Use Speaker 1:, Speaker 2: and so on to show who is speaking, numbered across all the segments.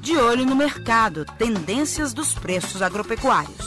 Speaker 1: De olho no mercado, tendências dos preços agropecuários.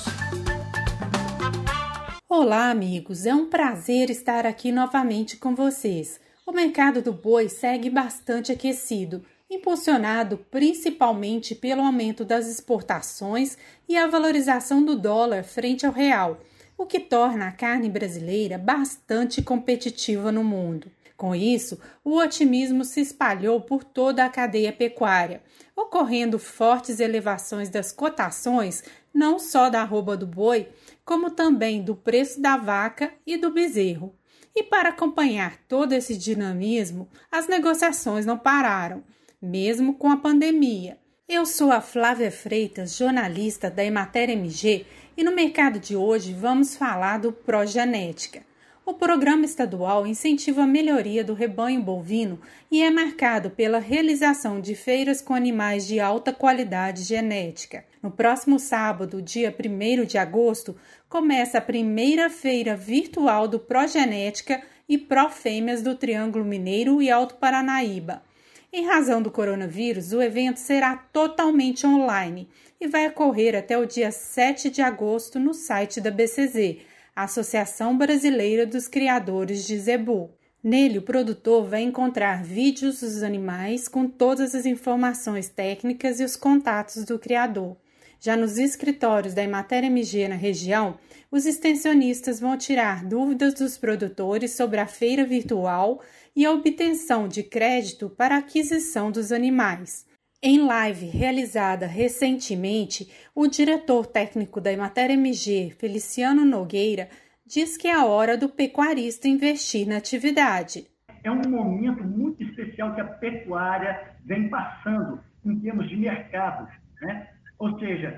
Speaker 2: Olá, amigos. É um prazer estar aqui novamente com vocês. O mercado do boi segue bastante aquecido, impulsionado principalmente pelo aumento das exportações e a valorização do dólar frente ao real, o que torna a carne brasileira bastante competitiva no mundo. Com isso, o otimismo se espalhou por toda a cadeia pecuária, ocorrendo fortes elevações das cotações, não só da arroba do boi, como também do preço da vaca e do bezerro. E para acompanhar todo esse dinamismo, as negociações não pararam, mesmo com a pandemia. Eu sou a Flávia Freitas, jornalista da Emater MG, e no mercado de hoje vamos falar do Progenética. O programa estadual incentiva a melhoria do rebanho bovino e é marcado pela realização de feiras com animais de alta qualidade genética. No próximo sábado, dia 1º de agosto, começa a primeira feira virtual do Progenética e Profêmeas do Triângulo Mineiro e Alto Paranaíba. Em razão do coronavírus, o evento será totalmente online e vai ocorrer até o dia 7 de agosto no site da BCZ, Associação Brasileira dos Criadores de Zebu. Nele, o produtor vai encontrar vídeos dos animais com todas as informações técnicas e os contatos do criador. Já nos escritórios da Emater MG na região, os extensionistas vão tirar dúvidas dos produtores sobre a feira virtual e a obtenção de crédito para a aquisição dos animais. Em live realizada recentemente, o diretor técnico da Emater MG, Feliciano Nogueira, diz que é a hora do pecuarista investir na atividade.
Speaker 3: É um momento muito especial que a pecuária vem passando em termos de mercado, né? Ou seja,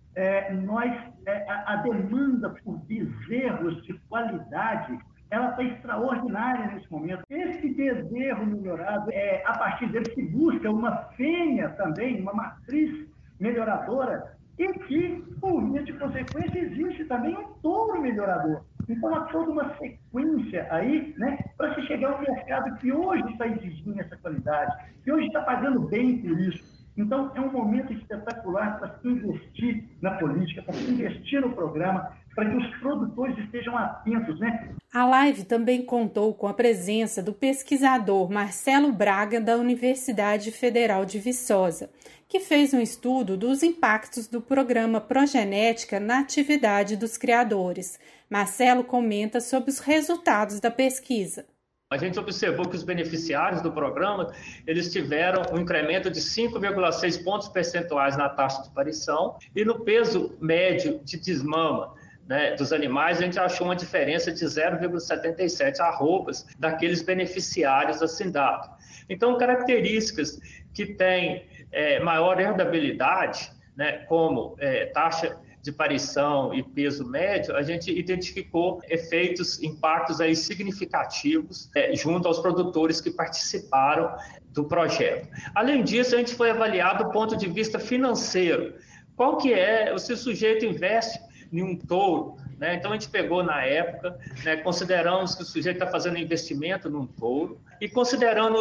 Speaker 3: a demanda por bezerros de qualidade ela está extraordinária nesse momento. Esse bezerro melhorado, a partir dele se busca uma fêmea também, uma matriz melhoradora, e que, por via de consequência, existe também um touro melhorador. Então, há toda uma sequência aí, né, para se chegar ao mercado que hoje está exigindo essa qualidade, que hoje está pagando bem por isso. Então, é um momento espetacular para se investir na política, para se investir no programa, para que os produtores estejam atentos, né?
Speaker 2: A live também contou com a presença do pesquisador Marcelo Braga, da Universidade Federal de Viçosa, que fez um estudo dos impactos do programa Progenética na atividade dos criadores. Marcelo comenta sobre os resultados da pesquisa.
Speaker 4: A gente observou que os beneficiários do programa, eles tiveram um incremento de 5,6 pontos percentuais na taxa de parição e no peso médio de desmama, né, dos animais, a gente achou uma diferença de 0,77 arrobas daqueles beneficiários da SINDAP. Então, características que têm maior herdabilidade, né, como taxa de parição e peso médio, a gente identificou impactos aí significativos junto aos produtores que participaram do projeto. Além disso, a gente foi avaliado do ponto de vista financeiro. Qual que se o sujeito investe em um touro, né? Então a gente pegou na época, né, consideramos que o sujeito está fazendo investimento num touro e considerando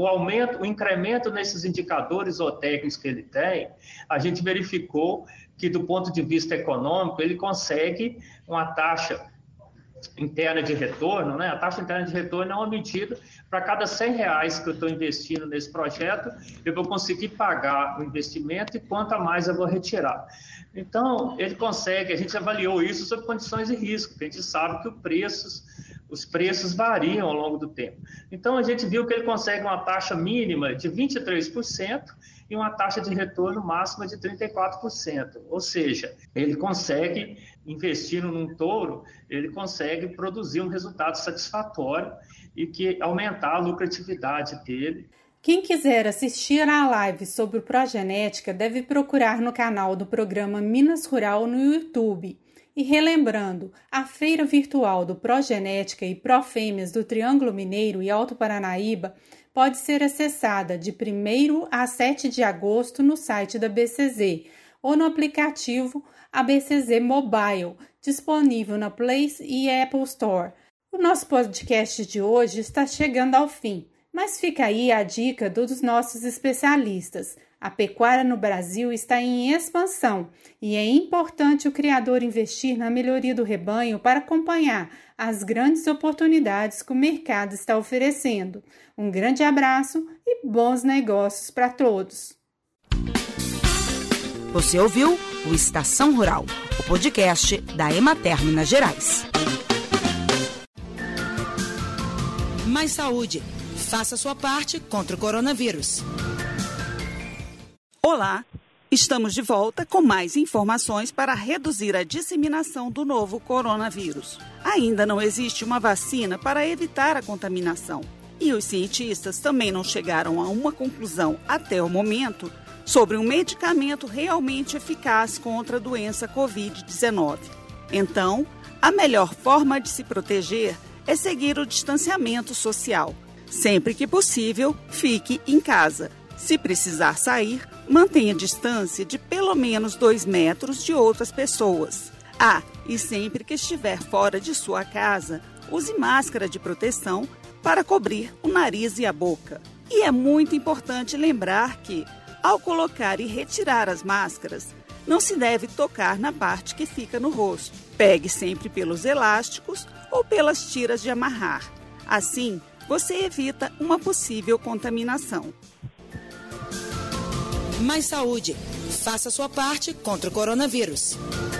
Speaker 4: o incremento nesses indicadores zootécnicos que ele tem, a gente verificou que do ponto de vista econômico ele consegue uma taxa interna de retorno, né? A taxa interna de retorno é uma medida para cada R$100 que eu estou investindo nesse projeto, eu vou conseguir pagar o investimento e quanto a mais eu vou retirar. Então, ele consegue, a gente avaliou isso sob condições de risco, porque a gente sabe que os preços variam ao longo do tempo. Então, a gente viu que ele consegue uma taxa mínima de 23% e uma taxa de retorno máxima de 34%. Ou seja, ele consegue, investindo num touro, ele consegue produzir um resultado satisfatório e que aumentar a lucratividade dele.
Speaker 2: Quem quiser assistir à live sobre o Progenética deve procurar no canal do programa Minas Rural no YouTube. E relembrando, a feira virtual do Progenética e Profêmeas do Triângulo Mineiro e Alto Paranaíba pode ser acessada de 1º a 7 de agosto no site da BCZ ou no aplicativo ABCZ Mobile, disponível na Play e Apple Store. O nosso podcast de hoje está chegando ao fim, mas fica aí a dica dos nossos especialistas. A pecuária no Brasil está em expansão e é importante o criador investir na melhoria do rebanho para acompanhar as grandes oportunidades que o mercado está oferecendo. Um grande abraço e bons negócios para todos.
Speaker 1: Você ouviu o Estação Rural, o podcast da Emater Minas Gerais. Mais saúde. Faça sua parte contra o coronavírus.
Speaker 5: Olá, estamos de volta com mais informações para reduzir a disseminação do novo coronavírus. Ainda não existe uma vacina para evitar a contaminação. E os cientistas também não chegaram a uma conclusão até o momento sobre um medicamento realmente eficaz contra a doença Covid-19. Então, a melhor forma de se proteger é seguir o distanciamento social. Sempre que possível, fique em casa. Se precisar sair, mantenha distância de pelo menos 2 metros de outras pessoas. E sempre que estiver fora de sua casa, use máscara de proteção para cobrir o nariz e a boca. E é muito importante lembrar que, ao colocar e retirar as máscaras, não se deve tocar na parte que fica no rosto. Pegue sempre pelos elásticos ou pelas tiras de amarrar. Assim, você evita uma possível contaminação.
Speaker 1: Mais saúde. Faça sua parte contra o coronavírus.